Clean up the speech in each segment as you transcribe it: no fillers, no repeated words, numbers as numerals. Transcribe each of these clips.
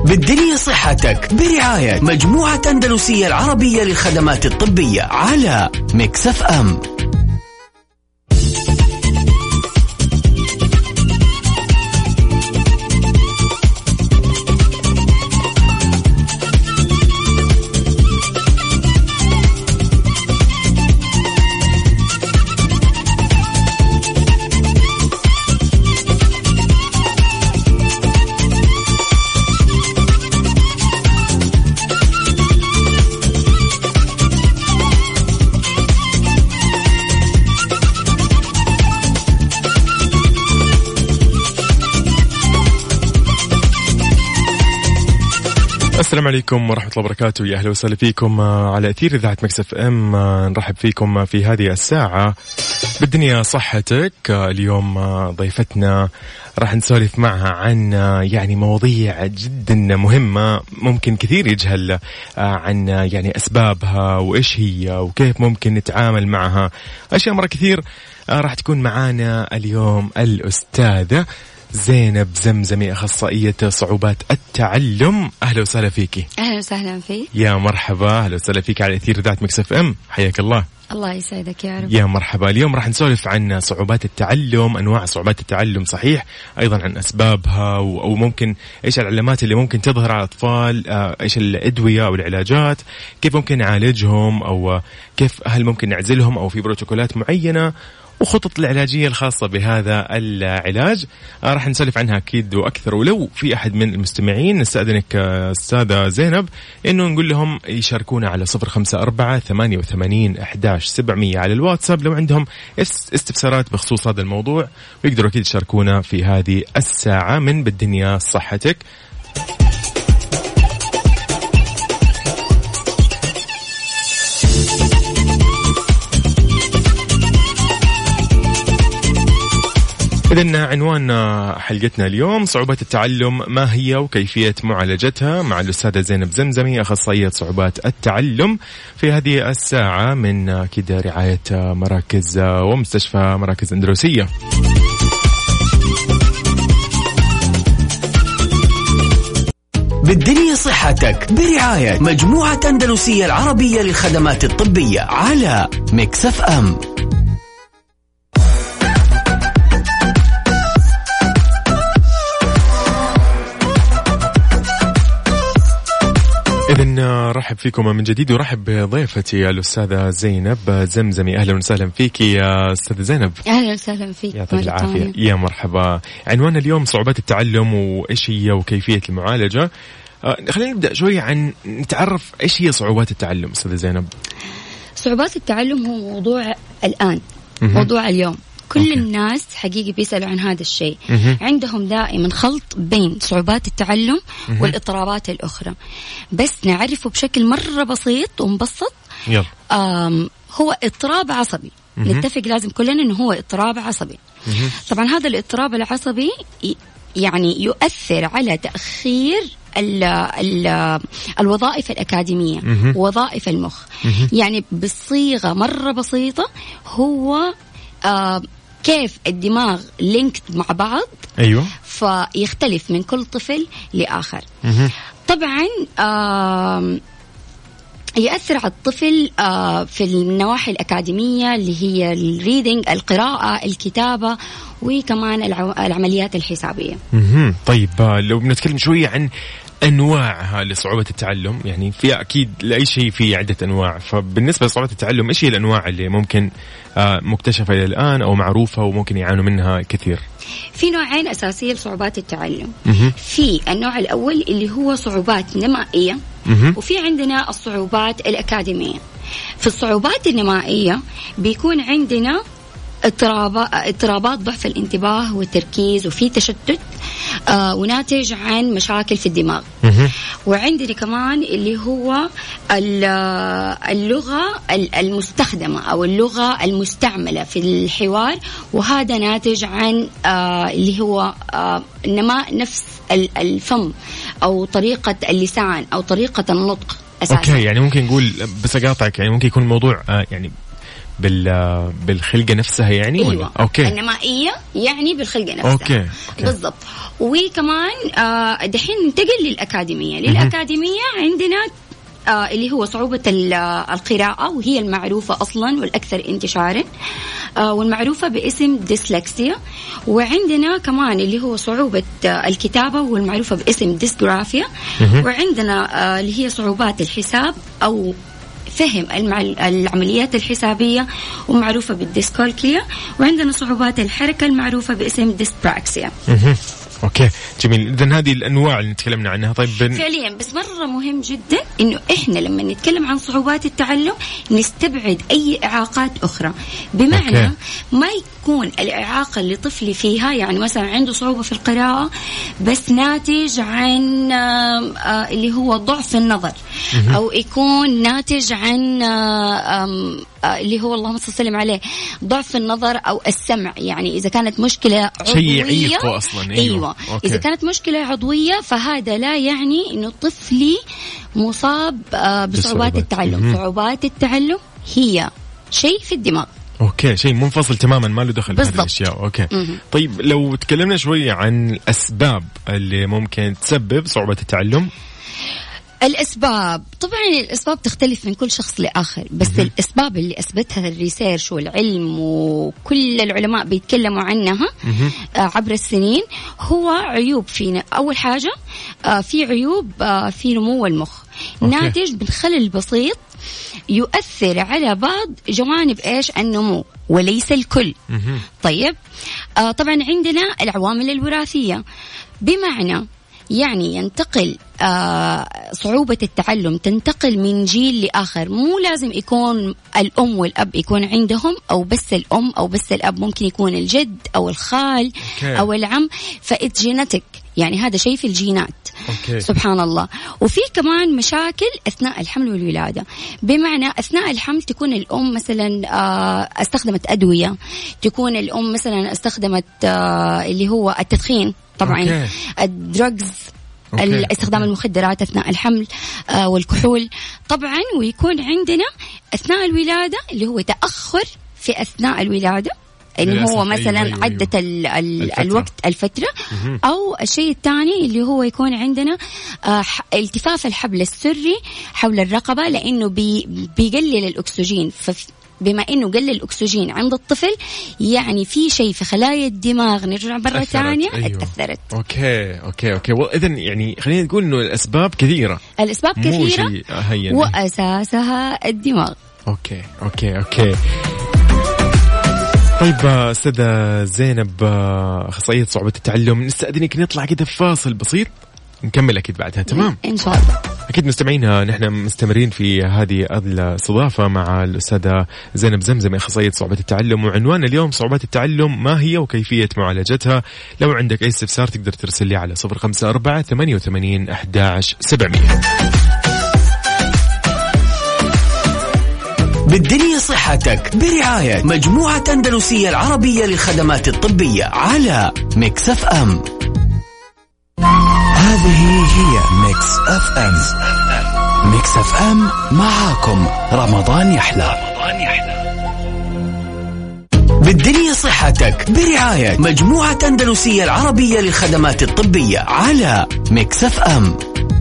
بالدنيا صحتك برعاية مجموعة أندلسية العربية للخدمات الطبية على ميكس اف ام. السلام عليكم ورحمة الله وبركاته. يا أهلا وسهلا فيكم على أثير إذاعة ميكس اف ام. نرحب فيكم في هذه الساعة بالدنيا صحتك. اليوم ضيفتنا راح نسولف معها عن يعني مواضيع جدا مهمة، ممكن كثير يجهل عن يعني أسبابها وإيش هي وكيف ممكن نتعامل معها. أشياء مرة كثير. راح تكون معانا اليوم الأستاذة زينب زمزمي، أخصائية صعوبات التعلم. أهلا وسهلا فيكي. أهلا وسهلا فيك. يا مرحبا، أهلا وسهلا فيك على أثير إذاعة ميكس اف ام. حياك الله. الله يسعدك يا رب. يا مرحبا. اليوم راح نسولف عن صعوبات التعلم، أنواع صعوبات التعلم صحيح، أيضا عن أسبابها أو ممكن إيش العلامات اللي ممكن تظهر على الأطفال، إيش الأدوية أو العلاجات، كيف ممكن نعالجهم أو كيف هل ممكن نعزلهم أو في بروتوكولات معينة، وخطط العلاجية الخاصة بهذا العلاج. راح نسولف عنها أكيد وأكثر. ولو في أحد من المستمعين نستأذنك أستاذة زينب إنه نقول لهم يشاركونا على 0548811700 على الواتساب لو عندهم استفسارات بخصوص هذا الموضوع، ويقدروا أكيد يشاركونا في هذه الساعة من بالدنيا صحتك. إذن عنوان حلقتنا اليوم صعوبات التعلم، ما هي وكيفية معالجتها، مع الأستاذة زينب زمزمي، أخصائية صعوبات التعلم في هذه الساعة من كده رعاية مراكز ومستشفى مراكز أندلسية. بالدنيا صحتك برعاية مجموعة أندلسية العربية للخدمات الطبية على ميكس اف ام. إذن رحب فيكم من جديد، ورحب بضيفتي الأستاذة زينب زمزمي. أهلا وسهلا فيك يا أستاذة زينب. أهلا وسهلا فيك. يعطيك العافية. يا مرحبا. عنوان اليوم صعوبات التعلم وإيش هي وكيفية المعالجة. خلينا نبدأ شوي عن نتعرف إيش هي صعوبات التعلم أستاذة زينب. صعوبات التعلم هو موضوع الآن، موضوع اليوم. كل الناس حقيقي بيسألوا عن هذا الشيء. عندهم دائما خلط بين صعوبات التعلم والاضطرابات الأخرى، بس نعرفه بشكل مرة بسيط ومبسط. هو اضطراب عصبي. نتفق لازم كلنا إنه هو اضطراب عصبي. طبعا هذا الاضطراب العصبي يعني يؤثر على تأخير الوظائف الأكاديمية ووظائف المخ. يعني بصيغة مرة بسيطة هو كيف الدماغ لينكت مع بعض. أيوة. فيختلف من كل طفل لآخر. طبعا يأثر على الطفل في النواحي الأكاديمية اللي هي الريدنج، القراءة، الكتابة، وكمان العمليات الحسابية. طيب لو بنتكلم شوية عن أنواعها لصعوبة التعلم، يعني في أكيد لأي شيء في عدة أنواع، فبالنسبة لصعوبة التعلم إيش هي الأنواع اللي ممكن مكتشفة إلى الآن أو معروفة وممكن يعانوا منها كثير؟ في نوعين أساسية لصعوبات التعلم. في النوع الأول اللي هو صعوبات نمائية، وفي عندنا الصعوبات الأكاديمية. في الصعوبات النمائية بيكون عندنا اضطرابات ضعف الانتباه والتركيز، وفي تشتت وناتج عن مشاكل في الدماغ. وعندنا كمان اللي هو اللغة المستخدمة أو اللغة المستعملة في الحوار، وهذا ناتج عن اللي هو نماء نفس الفم أو طريقة اللسان أو طريقة النطق أساسا. أوكي، يعني ممكن نقول بس أقاطعك، يعني ممكن يكون الموضوع يعني بالخلقة نفسها يعني؟ أيوة. ولا؟ أوكي. النمائية يعني بالخلقة نفسها. أوكي. بالضبط. وكمان دحين ننتقل للأكاديمية. للأكاديمية عندنا اللي هو صعوبة القراءة، وهي المعروفة أصلا والأكثر انتشارا، والمعروفة باسم ديسلكسيا. وعندنا كمان اللي هو صعوبة الكتابة والمعروفة باسم ديسجرافيا. وعندنا اللي هي صعوبات الحساب أو فهم العمليات الحسابية ومعروفة بالديسكالكليا. وعندنا صعوبات الحركة المعروفة باسم ديسبراكسيا. اوكي جميل. اذا هذه الانواع اللي تكلمنا عنها. طيب فعليا بس مره مهم جدا انه احنا لما نتكلم عن صعوبات التعلم نستبعد اي اعاقات اخرى، بمعنى ما يكون الاعاقه اللي طفلي فيها يعني مثلا عنده صعوبه في القراءه بس ناتج عن اللي هو ضعف النظر، او يكون ناتج عن اللي هو اللهم صل وسلم عليه ضعف النظر او السمع. يعني اذا كانت مشكله عضويه اصلا. ايوه اذا كانت مشكله عضويه فهذا لا يعني انه طفلي مصاب بصعوبات التعلم. صعوبات التعلم هي شيء في الدماغ. اوكي، شيء منفصل تماما ما له دخل بهذه الاشياء. اوكي. طيب لو تكلمنا شويه عن الاسباب اللي ممكن تسبب صعوبة التعلم. الأسباب طبعا الأسباب تختلف من كل شخص لآخر، بس الأسباب اللي أثبتها الريسيرش والعلم وكل العلماء بيتكلموا عنها عبر السنين هو عيوب فينا. أول حاجة في عيوب في نمو المخ ناتج من خلل بسيط يؤثر على بعض جوانب إيش النمو وليس الكل. طيب طبعا عندنا العوامل الوراثية، بمعنى يعني ينتقل صعوبة التعلم تنتقل من جيل لآخر. مو لازم يكون الأم والأب يكون عندهم، أو بس الأم أو بس الأب، ممكن يكون الجد أو الخال أو العم. فإت جيناتيك يعني هذا شيء في الجينات. سبحان الله. وفي كمان مشاكل أثناء الحمل والولادة، بمعنى أثناء الحمل تكون الأم مثلا استخدمت أدوية، تكون الأم مثلا استخدمت اللي هو التدخين طبعا، الدراجز، استخدام المخدرات أثناء الحمل والكحول طبعا. ويكون عندنا أثناء الولادة اللي هو تأخر في أثناء الولادة، إنه هو مثلا عدة الوقت الفترة. أو الشيء الثاني اللي هو يكون عندنا التفاف الحبل السري حول الرقبة، لأنه بيقلل الأكسجين. بما إنه قلل الأكسجين عند الطفل يعني في شيء في خلايا الدماغ نرجع مرة ثانية اتأثرت. أوكي. إذن يعني خلينا نقول إنه الأسباب كثيرة. الأسباب كثيرة وأساسها الدماغ. أوكي. طيب أستاذة زينب، أخصائية صعوبة التعلم، نستأذنك نطلع كده في فاصل بسيط نكمل أكيد بعدها. تمام إن شاء الله. أكيد مستمعين، نحن مستمرين في هذه الاستضافة مع الأستاذة زينب زمزم أخصائية صعوبة التعلم، وعنوان اليوم صعوبات التعلم ما هي وكيفية معالجتها. لو عندك أي استفسار تقدر ترسل لي على 0548811700. بالدنيا صحتك برعاية مجموعة أندلسية العربية للخدمات الطبية على ميكس اف ام. هذه هي ميكس اف ام. ميكس اف ام معاكم رمضان يحلى. بالدنيا صحتك برعاية مجموعة أندلسية العربية للخدمات الطبية على ميكس اف ام.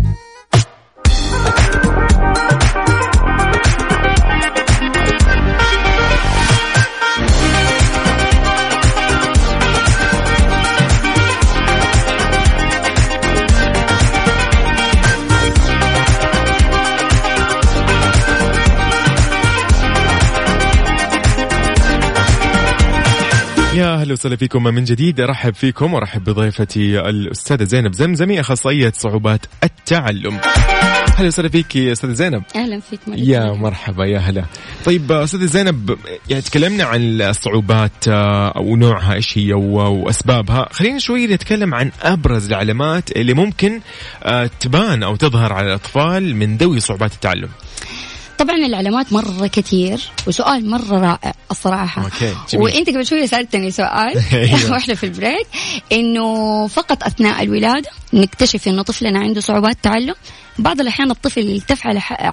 يا أهلا وسهلا فيكم من جديد. أرحب فيكم وأرحب بضيفتي الأستاذة زينب زمزمي أخصائية صعوبات التعلم. أهلا وسهلا فيك يا أستاذة زينب. أهلا فيك يا مرحبا يا هلا. طيب أستاذة زينب، يعني تكلمنا عن الصعوبات أو نوعها إيش هي وأسبابها. خلينا شوي نتكلم عن أبرز العلامات اللي ممكن تبان أو تظهر على الأطفال من ذوي صعوبات التعلم. طبعا العلامات مرة كتير، وسؤال مرة رائع الصراحة. وانت قبل شوية سألتني سؤال واحنا في البريك، انه فقط اثناء الولادة نكتشف انه طفلنا عنده صعوبات تعلم. بعض الأحيان الطفل يلتف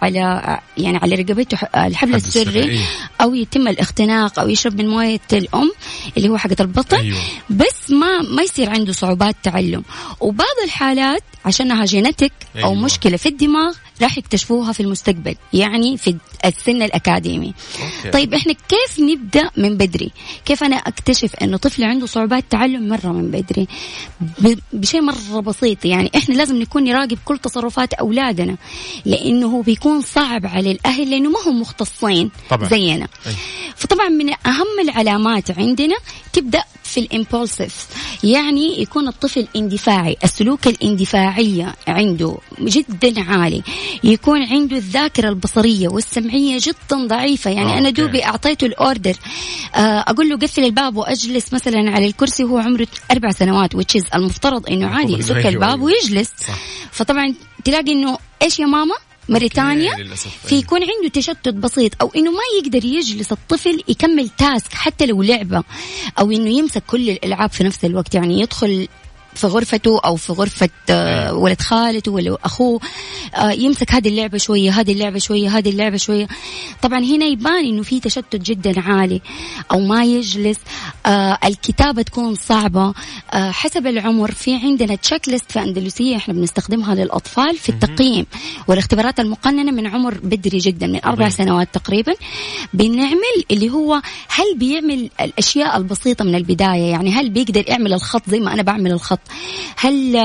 على رقبته الحبل السري أو يتم الاختناق أو يشرب من موية الأم اللي هو حقة البطن. أيوة. بس ما يصير عنده صعوبات تعلم. وبعض الحالات عشانها جينتك أو أيوة. مشكلة في الدماغ راح يكتشفوها في المستقبل، يعني في السن الأكاديمي. أوكي. طيب إحنا كيف نبدأ من بدري؟ كيف أنا أكتشف إنه طفل عنده صعوبات تعلم مرة من بدري؟ بشيء مرة بسيط، يعني إحنا لازم نكون نراقب كل تصرفات أولادنا، لأنه هو بيكون صعب على الأهل لأنه ما هم مختصين طبعا. زينا. فطبعا من أهم العلامات عندنا تبدأ في الإمبولسيف، يعني يكون الطفل اندفاعي، السلوك الاندفاعية عنده جدا عالي، يكون عنده الذاكرة البصرية والسمعية جدا ضعيفة. يعني أنا دوبي أعطيته الأوردر أقول له قفل الباب وأجلس مثلا على الكرسي وهو عمره 4 سنوات، وتشيز المفترض إنه عادي يسك الباب ويجلس. فطبعا تلاقي إنه إيش يا ماما مرة تانية في يكون عنده تشتت بسيط، أو إنه ما يقدر يجلس الطفل يكمل تاسك حتى لو لعبة، أو إنه يمسك كل الألعاب في نفس الوقت، يعني يدخل في غرفته أو في غرفة ولد خالته ولا أخوه يمسك هذه اللعبة شوية، هذه اللعبة شوية، هذه اللعبة شوية. طبعا هنا يبان إنه في تشتت جدا عالي، أو ما يجلس. الكتابة تكون صعبة حسب العمر. في عندنا تشيك ليست في أندلسية إحنا بنستخدمها للأطفال في التقييم والاختبارات المقننة من عمر بدري جدا، من 4 سنوات تقريبا. بنعمل اللي هو هل بيعمل الأشياء البسيطة من البداية، يعني هل بيقدر يعمل الخط زي ما أنا بعمل الخط، هل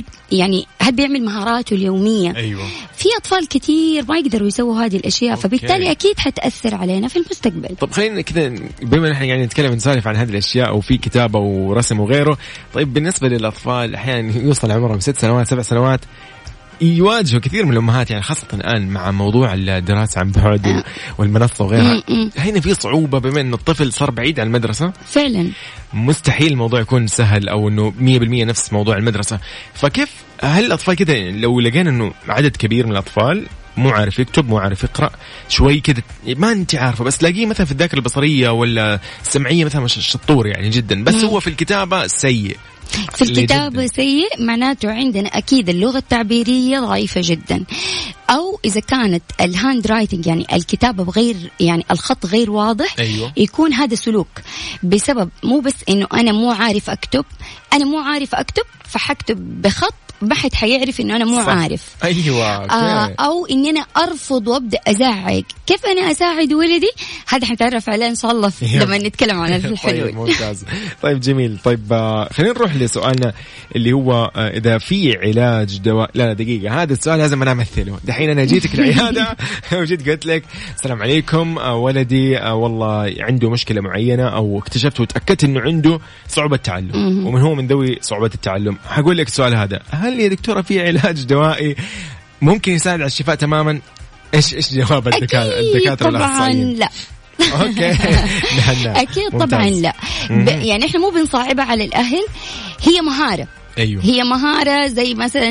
هل بيعمل مهاراته اليومية. أيوة. في أطفال كتير ما يقدروا يسووا هذه الأشياء. أوكي. فبالتالي أكيد حتأثر علينا في المستقبل. طب خلينا كذا بما نحن يعني نتكلم نسالف عن هذه الأشياء وفي كتابة ورسم وغيره. طيب بالنسبة للأطفال أحيانا يوصل عمرهم 6 سنوات 7 سنوات يواجهوا كثير من الأمهات، يعني خاصة الآن مع موضوع الدراسة عن بعد والمنصة وغيرها. هنا في صعوبة بما أن الطفل صار بعيد عن المدرسة فعلا، مستحيل الموضوع يكون سهل أو أنه 100% نفس موضوع المدرسة. فكيف هل الأطفال كده لو لقينا أنه عدد كبير من الأطفال مو عارف يكتب مو عارف يقرأ شوي كده ما أنت عارفة، بس لاقيه مثلا في الذاكرة البصرية ولا السمعية مثلا شطور يعني جدا، بس هو في الكتابة سيء، في الكتابة سيء، معناته عندنا أكيد اللغة التعبيرية ضعيفة جدا. أو إذا كانت الهاند رايتنج يعني الكتابة بغير يعني الخط غير واضح. أيوة. يكون هذا سلوك بسبب مو بس إنه أنا مو عارف أكتب، أنا مو عارف أكتب فحكتب بخط ما حد حيعرف إنه أنا مو عارف. أيوة. أو إني أنا أرفض وأبدأ أزعق. كيف أنا أساعد ولدي؟ هذا حنتعرف عليه إن شاء الله لما نتكلم عن الحلول. طيب ممتاز. طيب جميل. طيب خلينا نروح لسؤالنا اللي هو إذا في علاج دواء. لا دقيقة، هذا السؤال لازم أنا أمثله. دحين أنا جيتك العيادة وجيت قلت لك السلام عليكم ولدي والله عنده مشكلة معينة أو اكتشفت وتأكدت إنه عنده صعوبة تعلم ومن هو من ذوي صعوبة التعلم. هقول لك السؤال هذا، هل يا دكتورة في علاج دوائي ممكن يساعد على الشفاء تماما؟ إيش جواب الدكاترة الأخصائيين؟ لا. أوكي. أكيد طبعا لا. يعني إحنا مو بنصعبها على الأهل، هي مهارة. أيوه. هي مهارة زي مثلا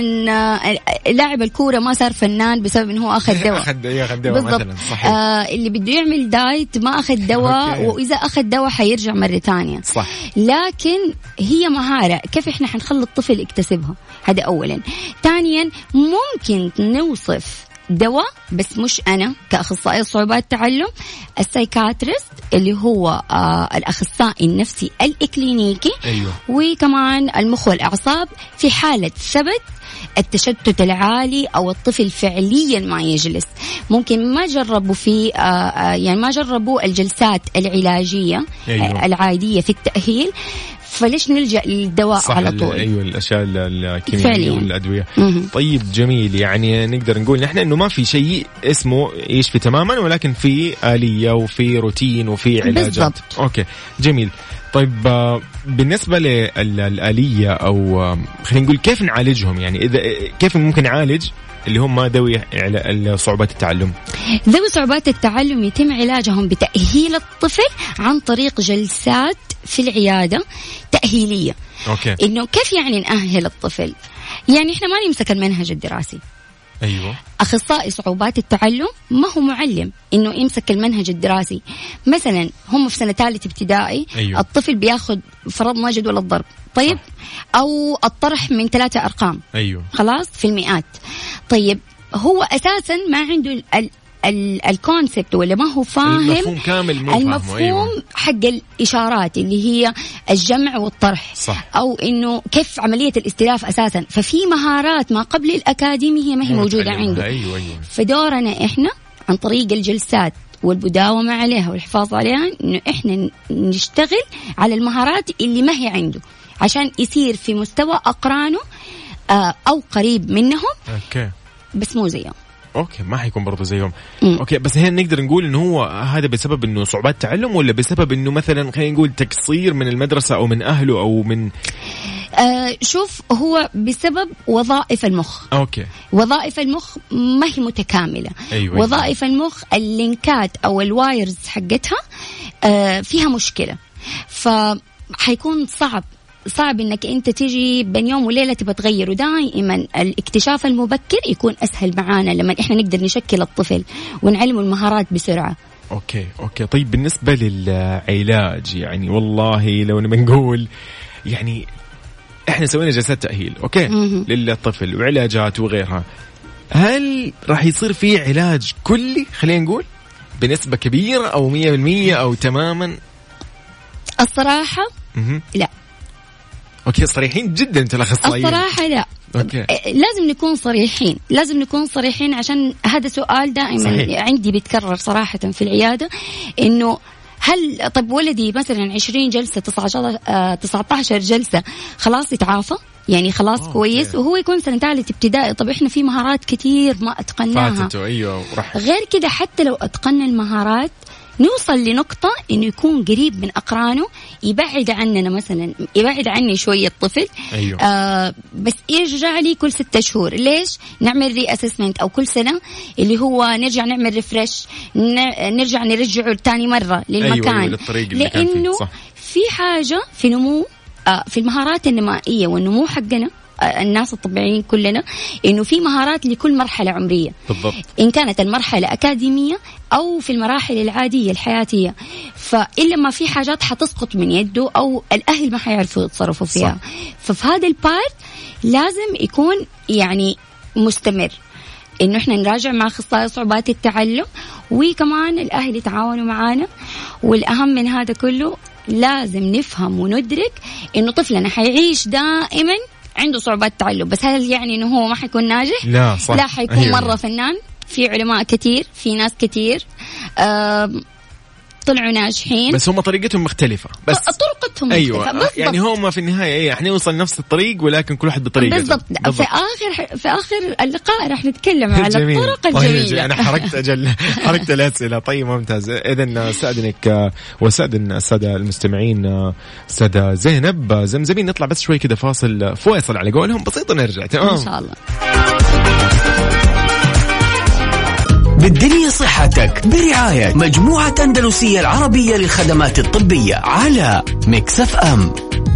لاعب الكورة ما صار فنان بسبب إنه هو أخذ دواء. أخذ دواء مثلا. صحيح. اللي بده يعمل دايت ما أخذ دواء وإذا أخذ دواء حيرجع مرة تانية. صح. لكن هي مهارة، كيف إحنا حنخلي الطفل يكتسبها؟ هذا أولا. ثانيا ممكن نوصف دواء، بس مش أنا كأخصائي صعوبات التعلم، السايكاتريست اللي هو الأخصائي النفسي الإكلينيكي. أيوه. وكمان المخ والأعصاب في حالة ثبت التشتت العالي أو الطفل فعليا ما يجلس. ممكن ما جربوا في يعني ما جربوا الجلسات العلاجية. أيوه. العادية في التأهيل، فليش نلجأ للدواء على طول؟ أيوة الأشياء الكيميائية والأدوية. طيب جميل. يعني نقدر نقول نحن إنه ما في شيء اسمه يشفي تماما، ولكن في آلية وفي روتين وفي علاجات. بالضبط. أوكي جميل. طيب بالنسبة للآلية أو خلينا نقول كيف نعالجهم، يعني إذا كيف ممكن نعالج اللي هم ذوي صعوبات التعلم؟ ذوي صعوبات التعلم يتم علاجهم بتأهيل الطفل عن طريق جلسات في العيادة تأهيلية. أوكي. إنه كيف يعني نأهل الطفل؟ يعني إحنا ما نمسك المنهج الدراسي. أيوة. أخصائي صعوبات التعلم ما هو معلم إنه يمسك المنهج الدراسي. مثلا هم في سنة 3 ابتدائي. أيوة. الطفل بياخد فرضنا جدول الضرب، طيب، أو الطرح من 3 أرقام. أيوة. خلاص في المئات. طيب هو أساسا ما عنده الكونسبت ولا ما هو فاهم المفهوم كامل، المفهوم أيوة. حق الإشارات اللي هي الجمع والطرح صح. أو إنه كيف عملية الاستلاف أساسا. ففي مهارات ما قبل الأكاديمي هي ما هي موجودة عنده. أيوة. فدورنا إحنا عن طريق الجلسات والمداومة عليها والحفاظ عليها إنه إحنا نشتغل على المهارات اللي ما هي عنده عشان يصير في مستوى أقرانه أو قريب منهم. أوكي. بس مو زيهم. اوكي ما حيكون برضو زيهم. اوكي بس هنا نقدر نقول انه هو هذا بسبب انه صعوبات تعلم ولا بسبب انه مثلا خلينا نقول تقصير من المدرسة او من اهله او من شوف هو بسبب وظائف المخ. اوكي. وظائف المخ ما هي متكاملة. أيوة. وظائف المخ اللينكات او الوايرز حقتها فيها مشكلة، فحيكون صعب انك انت تيجي بين يوم وليله تبى تغير. ودائما الاكتشاف المبكر يكون اسهل معانا لما احنا نقدر نشكل الطفل ونعلمه المهارات بسرعه. اوكي طيب بالنسبه للعلاج يعني والله لو نبي نقول يعني احنا سوينا جلسات تاهيل اوكي للطفل وعلاجات وغيرها، هل راح يصير في علاج كلي خلينا نقول بنسبه كبيره او 100% او تماما؟ الصراحه لا. اوكي صريحين جدا انت الاخصائيين. الصراحه لا. أوكي. لازم نكون صريحين عشان هذا سؤال دائما صحيح. عندي بيتكرر صراحه في العياده انه هل طب ولدي مثلا 20 جلسه 19 جلسه خلاص يتعافى يعني خلاص كويس وهو يكون سنة ثالث ابتدائي. طب احنا في مهارات كثير ما اتقناها فاتته. ايوه غير كده حتى لو اتقنا المهارات نوصل لنقطة إنه يكون قريب من أقرانه، يبعد عننا مثلا يبعد عني شوية طفل. أيوه. بس يرجع لي كل 6 شهور. ليش؟ نعمل ري أسسمنت أو كل سنة اللي هو نرجع نعمل ريفرش، نرجع نرجعه تاني مرة للمكان. أيوة للطريق اللي لأنه في حاجة في نمو في المهارات النمائية والنمو حقنا الناس الطبيعيين كلنا إنه في مهارات لكل مرحلة عمرية بالضبط. إن كانت المرحلة أكاديمية أو في المراحل العادية الحياتية، فإلا ما في حاجات حتسقط من يده أو الأهل ما حيعرفوا يتصرفوا فيها. ففي هذا البارت لازم يكون يعني مستمر إنه إحنا نراجع مع أخصائي صعوبات التعلم وكمان الأهل يتعاونوا معانا. والأهم من هذا كله لازم نفهم وندرك إنه طفلنا حيعيش دائما عنده صعوبات تعلم. بس هل يعني إنه هو ما حيكون ناجح؟ لا صح. لا حيكون مرة فنان. في علماء كتير، في ناس كتير طلعوا ناجحين بس هم طريقتهم مختلفة. بس طرقتهم أيوة مختلفة. يعني هم في النهاية احنا نوصل نفس الطريق ولكن كل واحد بطريقته. بالضبط. في آخر اللقاء راح نتكلم على الطرق الجميلة. أنا حركت الأسئلة. طيب ممتاز. إذن استأذنك واستأذن السادة المستمعين السادة زينب زمزمين نطلع بس شوي كده فاصل على قولهم بسيط ونرجع. تمام إن شاء الله. بالدنيا صحتك برعاية مجموعة أندلسية العربية للخدمات الطبية على ميكس اف ام.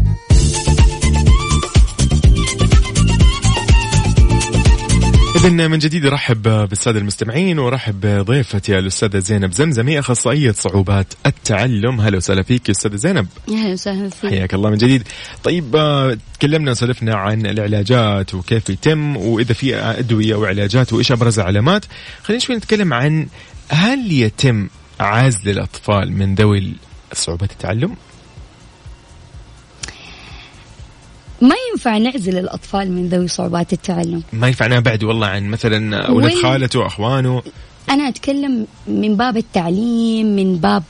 إذن من جديد رحب بالسادة المستمعين ورحب بضيفتي الأستاذة زينب زمزمي أخصائية صعوبات التعلم. هلا وسهلا فيك أستاذة زينب. أهلا وسهلا فيك. حياك الله من جديد. طيب تكلمنا وسلفنا عن العلاجات وكيف يتم وإذا في أدوية وعلاجات وإيش أبرز العلامات. خلينا شوي نتكلم عن هل يتم عزل الأطفال من ذوي صعوبات التعلم؟ ما ينفع نعزل الأطفال من ذوي صعوبات التعلم. ما ينفع نبعد والله عن مثلا أولاد خالته أخوانه. أنا أتكلم من باب التعليم، من باب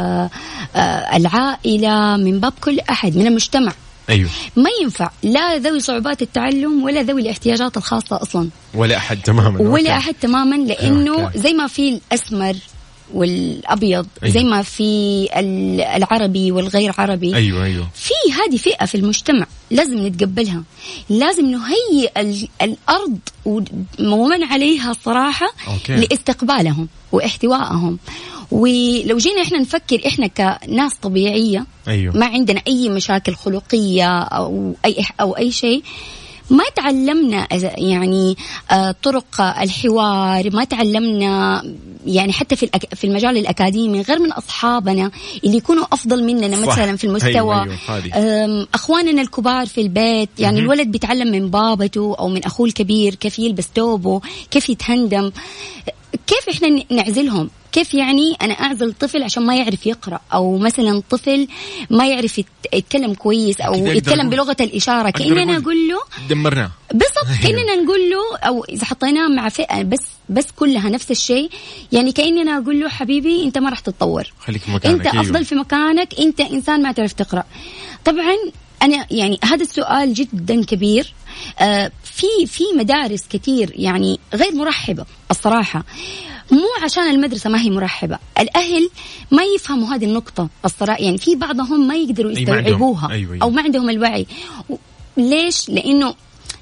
العائلة، من باب كل أحد من المجتمع. أيوه. ما ينفع لا ذوي صعوبات التعلم ولا ذوي الاحتياجات الخاصة أصلا. ولا أحد تماما. ولا أحد تماما. لأنه زي ما في الأسمر والأبيض. أيوة. زي ما في العربي والغير عربي. أيوة. في هذه فئة في المجتمع لازم نتقبلها. لازم نهيئ الأرض ومن عليها صراحة لاستقبالهم واحتوائهم. ولو جينا إحنا نفكر إحنا كناس طبيعية. أيوة. ما عندنا أي مشاكل خلقية أو أي شيء، ما تعلمنا يعني طرق الحوار، ما تعلمنا يعني حتى في المجال الأكاديمي غير من أصحابنا اللي يكونوا أفضل مننا مثلا في المستوى. أخواننا الكبار في البيت، يعني الولد بيتعلم من بابته أو من أخوه الكبير كيف يلبس توبه، كيف يتهندم. كيف إحنا نعزلهم؟ كيف يعني أنا أعزل طفل عشان ما يعرف يقرأ، أو مثلا طفل ما يعرف يتكلم كويس أو يتكلم بلغة الإشارة، كأننا نقول له دمرناه بالضبط. كأننا نقول له، أو إذا حطيناه مع فئة بس كلها نفس الشيء، يعني كأننا نقول له حبيبي أنت ما راح تتطور، خليك في مكانك، أنت أفضل في مكانك، أنت إنسان ما تعرف تقرأ. طبعا أنا يعني هذا السؤال جدا كبير. في مدارس كتير يعني غير مرحبة الصراحة، مو عشان المدرسة ما هي مرحبة، الأهل ما يفهموا هذه النقطة الصراحة. يعني في بعضهم ما يقدروا يستوعبوها أو ما عندهم الوعي. ليش؟ لأنه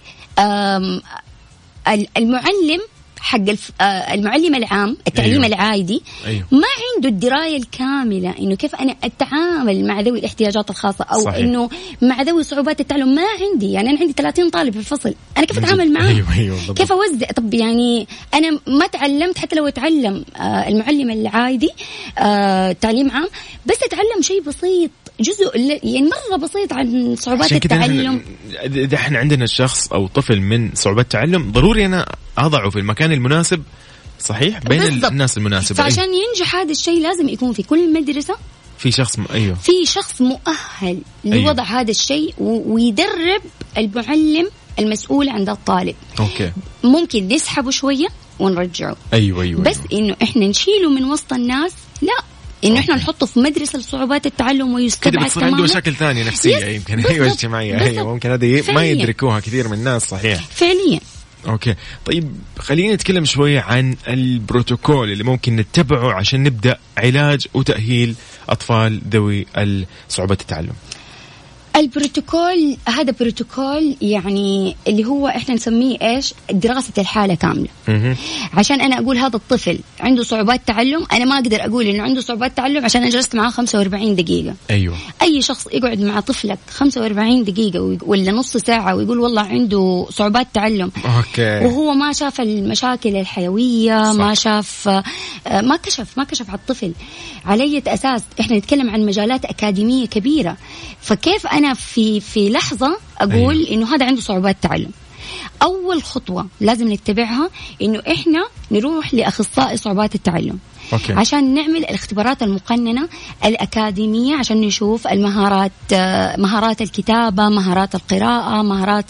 المعلم حق المعلم العام التعليم العادي ما عنده الدراية الكاملة إنه كيف أنا أتعامل مع ذوي الاحتياجات الخاصة، أو صحيح. إنه مع ذوي صعوبات التعلم ما عندي. يعني أنا عندي 30 طالب في الفصل، أنا كيف أتعامل معه؟ كيف أوزع؟ طب يعني أنا ما تعلمت، حتى لو أتعلم المعلم العادي تعليم عام، بس أتعلم شيء بسيط، جزء يعني مرة بسيط عن صعوبات التعلم. إذا احنا عندنا شخص أو طفل من صعوبات التعلم، ضروري أنا أضعه في المكان المناسب، صحيح، بين بالضبط. الناس المناسبة. فعشان ينجح هذا الشيء لازم يكون في كل مدرسة في شخص في شخص مؤهل لوضع هذا الشيء، ويدرب المعلم المسؤول عن ذا الطالب. أوكي. ممكن نسحبه شوية ونرجعه. أيوة. بس إنه إحنا نشيله من وسط الناس، لا، إنه إحنا نحطه في مدرسة لصعوبات التعلم ويستبعد تماما. عنده مشاكل ثانية نفسية يمكن اجتماعية، ممكن هذه ما يدركوها كثير من الناس. صحيح فعليا. أوكي طيب، خلينا نتكلم شوية عن البروتوكول اللي ممكن نتبعه عشان نبدأ علاج وتأهيل أطفال ذوي صعوبات التعلم. البروتوكول هذا بروتوكول يعني اللي هو احنا نسميه ايش؟ دراسة الحالة كاملة. عشان انا اقول هذا الطفل عنده صعوبات تعلم، انا ما اقدر اقول انه عنده صعوبات تعلم عشان انا جلست معاه 45 دقيقة. ايوه. اي شخص يقعد مع طفلك 45 دقيقة ولا نص ساعة ويقول والله عنده صعوبات تعلم، أوكي. وهو ما شاف المشاكل الحيوية، صح. ما كشف على الطفل. على أي أساس؟ احنا نتكلم عن مجالات أكاديمية كبيرة، فكيف أنا في لحظة أقول أيوه. إنه هذا عنده صعوبات تعلم؟ أول خطوة لازم نتبعها إنه إحنا نروح لأخصائي صعوبات التعلم. أوكي. عشان نعمل الاختبارات المقننة الأكاديمية، عشان نشوف المهارات، مهارات الكتابة، مهارات القراءة، مهارات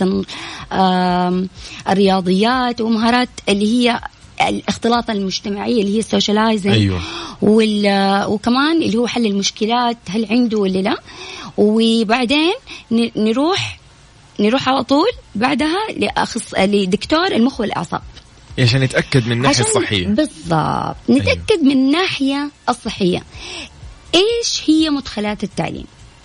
الرياضيات، ومهارات اللي هي الاختلاط المجتمعية اللي هي السوشيالايزنج. أيوه. وكمان اللي هو حل المشكلات، هل عنده ولا لا. وبعدين نروح على طول بعدها لدكتور المخ والأعصاب عشان نتأكد من الناحية الصحية. بالضبط، نتأكد من الناحية الصحية. إيش هي مدخلات التعليم؟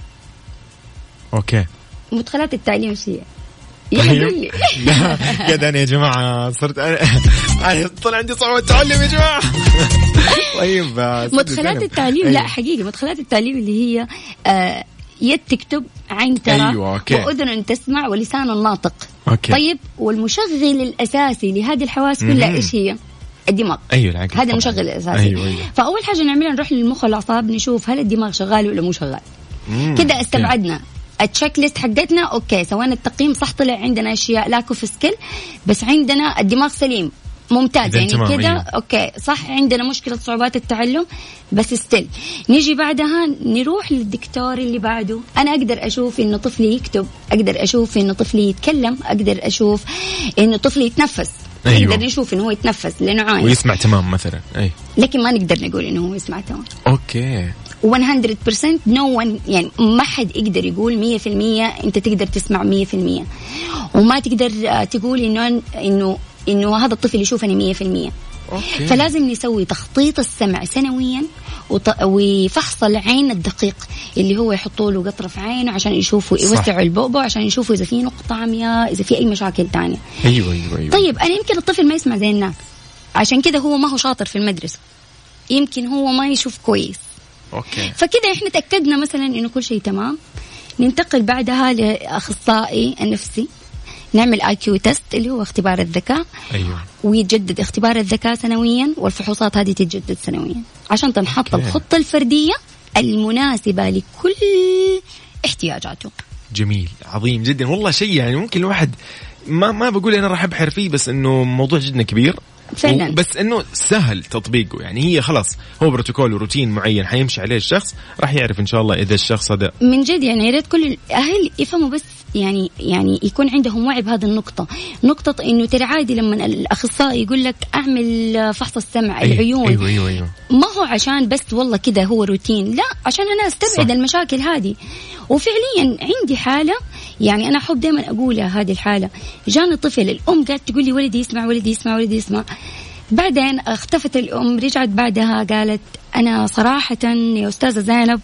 أوكي. مدخلات التعليم إيش هي؟ لا قد يا جماعة صرت أنا طلع عندي صعوبة تعلم يا جماعة. طيب مدخلات التعليم لا حقيقة مدخلات التعليم اللي هي يد تكتب، عين ترى، أيوة، وأذن تسمع، ولسان ناطق. أوكي. طيب والمشغل الأساسي لهذه الحواس كلها إيش هي؟ الدماغ. أيوة، هذا المشغل الأساسي. أيوة. فأول حاجة نعملها نروح للمخ والأعصاب، نشوف هل الدماغ شغال ولا مو شغال. كده استبعدنا التشيك ليست حقتنا. أوكي، سوينا التقييم صح، طلع عندنا أشياء لاكو في سكيل، بس عندنا الدماغ سليم، ممتاز يعني كده. أيوه. أوكي صح، عندنا مشكلة صعوبات التعلم، بس ستيل نيجي بعدها نروح للدكتور اللي بعده. أنا أقدر أشوف إنه طفلي يكتب، أقدر أشوف إنه طفلي يتكلم، أقدر أشوف إنه طفلي يتنفس. أيوه. نقدر نشوف إنه هو يتنفس لأنه عايز ويسمع تمام مثلا. أي. لكن ما نقدر نقول إنه هو يسمع تمام. أوكي. 100% no one، يعني ما حد يقدر يقول 100% أنت تقدر تسمع 100%، وما تقدر تقول إنه هذا الطفل يشوفني 100%. أوكي. فلازم نسوي تخطيط السمع سنويا، وفحص العين الدقيق اللي هو يحطوا له قطرة في عينه عشان يشوفوا، يوسعوا البؤبؤ عشان يشوفوا إذا في نقطة عمياء، إذا في أي مشاكل تانية. أيوة. طيب أنا يمكن الطفل ما يسمع زي الناس، عشان كده هو ما هو شاطر في المدرسة، يمكن هو ما يشوف كويس. أوكي. فكده إحنا تأكدنا مثلا إنه كل شيء تمام، ننتقل بعدها لأخصائي النفسي، نعمل IQ تيست اللي هو اختبار الذكاء. أيوة. ويتجدد اختبار الذكاء سنويا، والفحوصات هذه تتجدد سنويا عشان تنحط الخطة الفردية المناسبة لكل احتياجاته. جميل، عظيم جدا والله. شيء يعني ممكن الواحد ما بقول أنا راح أبحر فيه، بس إنه موضوع جدا كبير فعلا، بس إنه سهل تطبيقه. يعني هي خلاص هو بروتوكول وروتين معين حيمشي عليه الشخص، راح يعرف إن شاء الله إذا الشخص هذا من جد. يعني يا ريت كل الأهل يفهموا، بس يعني يكون عندهم وعي بهذه النقطة، نقطة إنه ترى عادي لما الأخصائي يقول لك أعمل فحص السمع، العيون، أيوة. ما هو عشان بس والله كده هو روتين، لا، عشان أنا أستبعد المشاكل هذه. وفعليا عندي حالة، يعني أنا أحب دائما أقولها، هذه الحالة جاني طفل، الأم قالت تقول لي ولدي يسمع ولدي يسمع ولدي يسمع. بعدين اختفت الأم، رجعت بعدها قالت أنا صراحة يا أستاذة زينب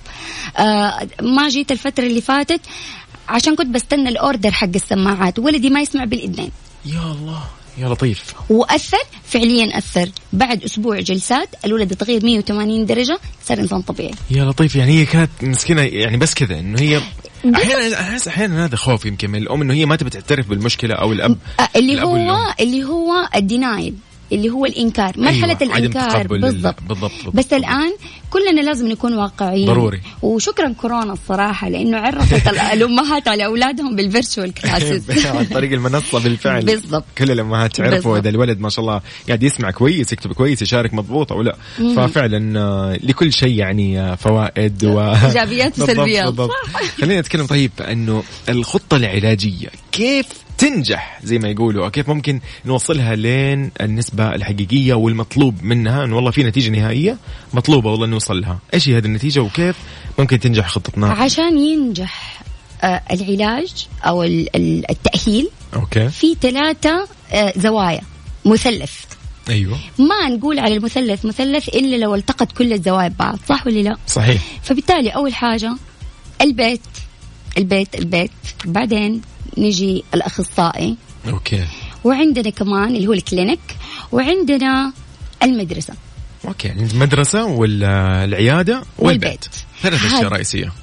ما جيت الفترة اللي فاتت عشان كنت بستنى الأوردر حق السماعات، ولدي ما يسمع بالإذن. يا الله يا لطيف. وأثر فعليا، أثر بعد أسبوع جلسات الولد تغير 180 درجة، صار إنسان طبيعي. يا لطيف. يعني هي كانت مسكينة يعني بس كذا إنه هي أحيانا هذا خوف يمكن من الأم إنه هي ما تبي تعترف بالمشكلة، أو الأب اللي هو الدينايل، اللي هو الإنكار، مرحلة أيوة. الإنكار بالضبط. بس الآن كلنا لازم نكون واقعيين. ضروري. وشكرا كورونا الصراحة، لأنه عرفت الأمهات على أولادهم بالفيرتشوال كلاسز عن طريق المنصة بالفعل. بالضبط. كل الأمهات تعرفوا إذا الولد ما شاء الله قاعد يسمع كويس، يكتب كويس، يشارك مضبوط أو لا. ففعلا لكل شيء يعني فوائد إيجابيات وسلبيات. خلينا نتكلم طيب أنه الخطة العلاجية كيف تنجح زي ما يقولوا، كيف ممكن نوصلها لين النسبة الحقيقية والمطلوب منها، إنه والله في نتيجة نهائية مطلوبة والله نوصل لها. إيش هي هذه النتيجة وكيف ممكن تنجح خطتنا؟ عشان ينجح العلاج أو التأهيل، أوكي، في 3 زوايا، مثلث. أيوة. ما نقول على المثلث مثلث إلا لو التقت كل الزوايا ببعض، صح ولا لا؟ صحيح. فبالتالي أول حاجة البيت البيت البيت، بعدين نجي الأخصائي، أوكي، وعندنا كمان اللي هو الكلينيك، وعندنا المدرسة. أوكي، يعني المدرسة والعيادة والبيت، 3 أشياء رئيسية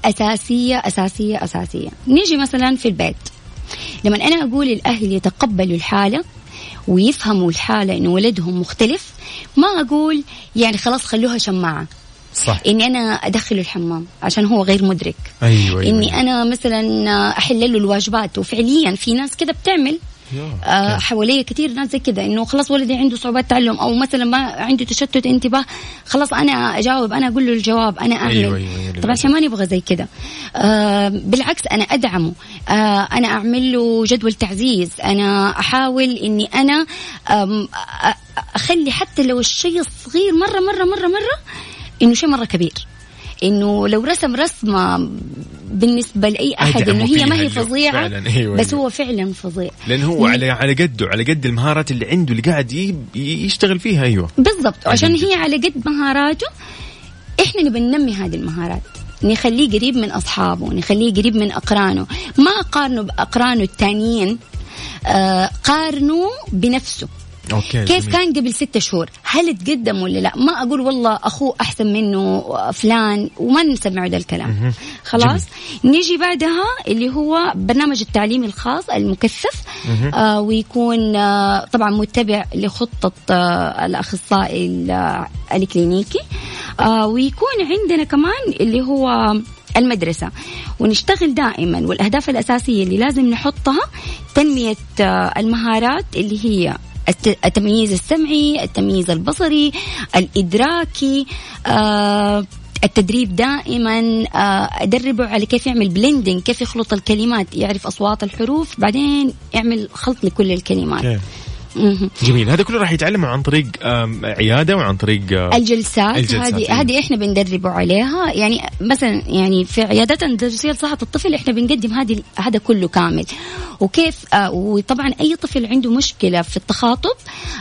أساسية. نيجي مثلا في البيت، لما أنا أقول الأهل يتقبلوا الحالة ويفهموا الحالة إنه ولدهم مختلف، ما أقول يعني خلاص خلوها شماعة، صح، إني أنا أدخله الحمام عشان هو غير مدرك. أيوة. إني أنا مثلا أحل له الواجبات، وفعليا في ناس كده بتعمل. حواليه كتير ناس زي كده، إنه خلاص ولدي عنده صعوبات تعلم أو مثلا ما عنده تشتت انتباه، خلاص أنا أجاوب، أنا أقول له الجواب، أنا أعمل. أيوة. طبعا عشان ما نبغى زي كده. بالعكس أنا أدعمه، أنا أعمل له جدول تعزيز، أنا أحاول إني أنا أخلي حتى لو الشيء الصغير مرة إنه شيء مرة كبير، إنه لو رسم رسمة بالنسبة لأي أحد إنه هي ما هي فظيعة، بس هو فعلا فظيع، لأنه هو على قده، على قد المهارات اللي عنده اللي قاعد يشتغل فيها. أيوة بالضبط. عشان هي على قد مهاراته، إحنا نبي ننمي هذه المهارات، نخليه قريب من أصحابه، نخليه قريب من أقرانه، ما أقارنه بأقرانه التانيين، قارنه بنفسه. أوكي. كيف جميل. كان قبل 6 شهور، هل تقدم ولا لا؟ ما أقول والله أخوه أحسن منه فلان، وما نسمعه ده الكلام. خلاص. نيجي بعدها اللي هو برنامج التعليم الخاص المكثف، ويكون طبعا متبع لخطة الأخصائي الكلينيكي، ويكون عندنا كمان اللي هو المدرسة، ونشتغل دائما. والأهداف الأساسية اللي لازم نحطها تنمية المهارات اللي هي التمييز السمعي، التمييز البصري، الإدراكي، التدريب دائما، أدربه على كيف يعمل بلندنج، كيف يخلط الكلمات، يعرف أصوات الحروف، بعدين يعمل خلط لكل الكلمات. جميل. هذا كله راح يتعلمه عن طريق عيادة وعن طريق الجلسات. هذه احنا بندربه عليها. يعني مثلا يعني في عيادتنا التدريسية لصحة الطفل احنا بنقدم هذا كله كامل. وكيف وطبعا اي طفل عنده مشكلة في التخاطب،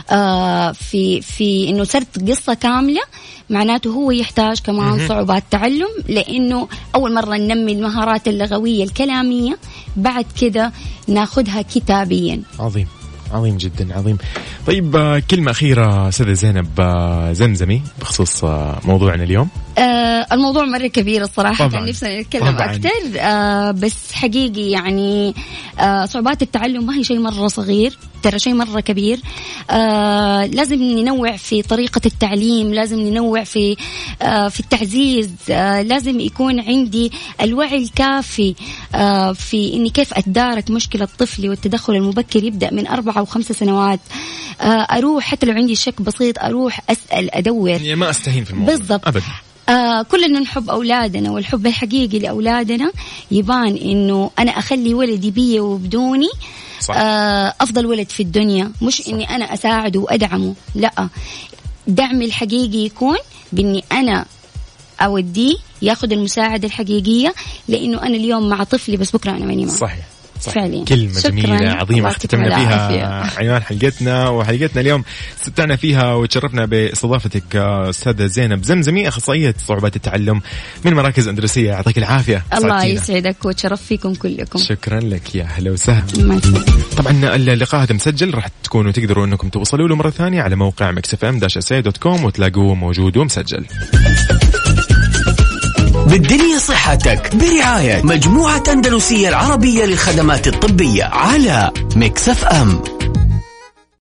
في انه سرد قصة كاملة، معناته هو يحتاج كمان صعوبات تعلم، لانه اول مرة ننمي المهارات اللغوية الكلامية، بعد كده ناخدها كتابيا. عظيم. عظيم جدا عظيم. طيب كلمة أخيرة أستاذة زينب زمزمي بخصوص موضوعنا اليوم. الموضوع مرة كبير الصراحة، كان نفسنا نتكلم أكثر، بس حقيقي يعني صعوبات التعلم ما هي شيء مرة صغير، ترى شيء مرة كبير. لازم ننوع في طريقة التعليم، لازم ننوع في التعزيز، لازم يكون عندي الوعي الكافي في إني كيف أتدارك مشكلة طفلي. والتدخل المبكر يبدأ من 4 أو 5 سنوات. أروح حتى لو عندي شك بسيط أروح أسأل أدور، يعني ما أستهين في الموضوع بالضبط أبدا. كلنا نحب أولادنا، والحب الحقيقي لأولادنا يبان إنه أنا أخلي ولدي بي وبدوني أفضل ولد في الدنيا، مش صح. إني أنا أساعده وأدعمه، لا، دعمي الحقيقي يكون بإني أنا أوديه ياخذ المساعدة الحقيقية، لأنه أنا اليوم مع طفلي بس بكرة أنا ماني معه. صحيح. فعليا. كلمة جميلة عظيمة اختتمنا فيها عنوان حلقتنا، وحلقتنا اليوم استمتعنا فيها وتشرفنا باستضافتك أستاذة زينب زمزمي، أخصائية صعوبات التعلم من مراكز أندلسية. يعطيك العافية. الله يسعدك وتشرف فيكم كلكم. شكرا لك، يا هلا وسهلا. طبعا اللقاء هذا مسجل، راح تكونوا تقدروا أنكم توصلوا له مرة ثانية على موقع mixfm-sa.com وتلاقوه موجود ومسجل. بالدنيا صحتك برعاية مجموعة أندلسية العربية للخدمات الطبية على ميكس اف ام.